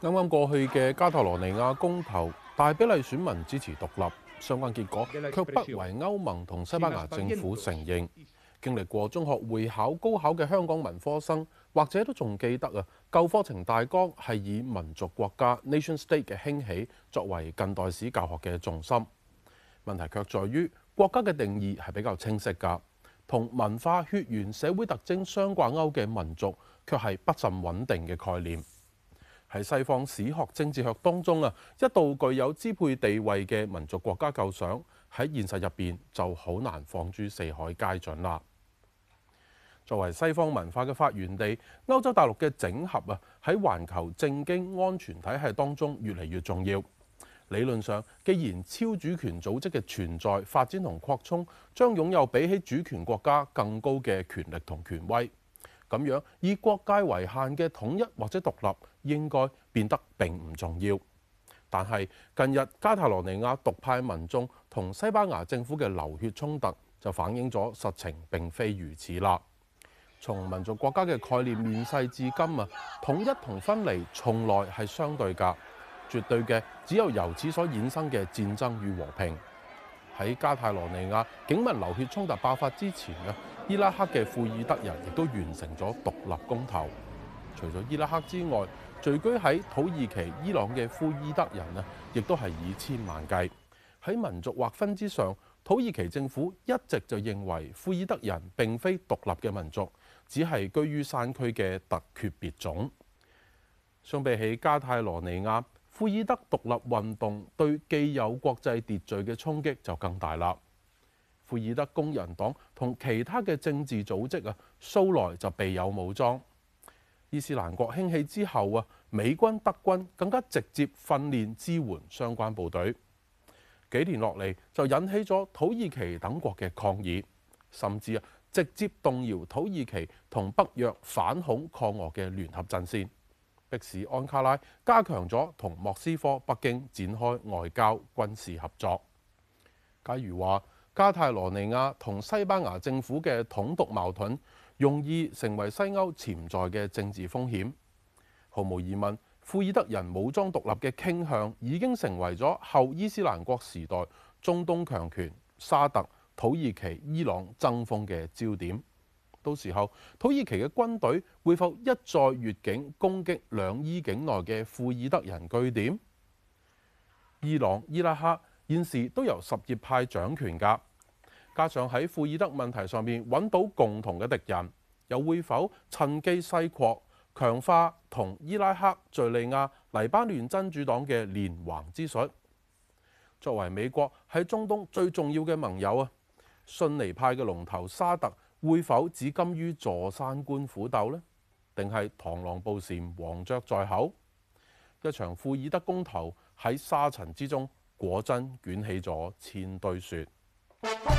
啱啱過去嘅加泰羅尼亞公投，大比例選民支持獨立，相關結果卻不為歐盟同西班牙政府承認。經歷過中學會考、高考嘅香港文科生，或者都仲記得啊，舊課程大綱係以民族國家 nation state 嘅興起作為近代史教學嘅重心。問題卻在於國家嘅定義係比較清晰㗎，同文化、血緣、社會特徵相掛鈎嘅民族卻係不甚穩定嘅概念。喺西方史學、政治學當中啊，一度具有支配地位嘅民族國家構想喺現實入邊就好難放諸四海皆準啦。作為西方文化嘅發源地，歐洲大陸嘅整合啊，喺環球政經安全體系當中越嚟越重要。理論上，既然超主權組織嘅存在、發展同擴充將擁有比起主權國家更高嘅權力同權威，咁樣以國界為限嘅統一或者獨立應該變得並唔重要。但係近日加泰羅尼亞獨派民眾同西班牙政府嘅流血衝突，就反映咗實情並非如此啦。從民族國家嘅概念面世至今啊，統一同分離從來係相對㗎，絕對嘅只有由此所衍生嘅戰爭與和平。喺加泰羅尼亞警民流血衝突爆發之前啊，伊拉克嘅庫爾德人亦都完成咗獨立公投。除咗伊拉克之外，聚居喺土耳其、伊朗嘅庫爾德人啊，亦都係以千萬計。喺民族劃分之上，土耳其政府一直就認為庫爾德人並非獨立嘅民族，只係居於山區嘅突厥別種。相比起加泰羅尼亞，庫爾德獨立運動對既有國際秩序嘅衝擊就更大啦。庫爾德工人黨同其他嘅政治組織啊，素來就備有武裝。伊斯蘭國興起之後啊，美軍、德軍更加直接訓練支援相關部隊。幾年落嚟就引起咗土耳其等國嘅抗議，甚至啊直接動搖土耳其同北約反恐抗俄嘅聯合陣線，迫使安卡拉加強咗同莫斯科、北京展開外交軍事合作。假如話加泰羅尼亞同西班牙政府嘅統獨矛盾容易成為西歐潛在嘅政治風險，毫無疑問，庫爾德人武裝獨立嘅傾向已經成為咗後伊斯蘭國時代中東強權沙特、土耳其、伊朗爭鋒嘅焦點。到時候土耳其嘅軍隊會否一再越境攻擊兩伊境內嘅庫爾德人據點？伊朗、伊拉克現時都由什葉派掌權㗎，加上喺庫爾德問題上面揾到共同嘅敵人，又會否趁機西擴，強化同伊拉克、敍利亞、黎巴嫩真主黨嘅連橫之術？作為美國喺中東最重要嘅盟友啊，遜尼派嘅龍頭沙特會否只甘於坐山觀虎鬥呢？定係螳螂捕蟬，黃雀在口？一場庫爾德公投喺沙塵之中，果真捲起咗千堆雪。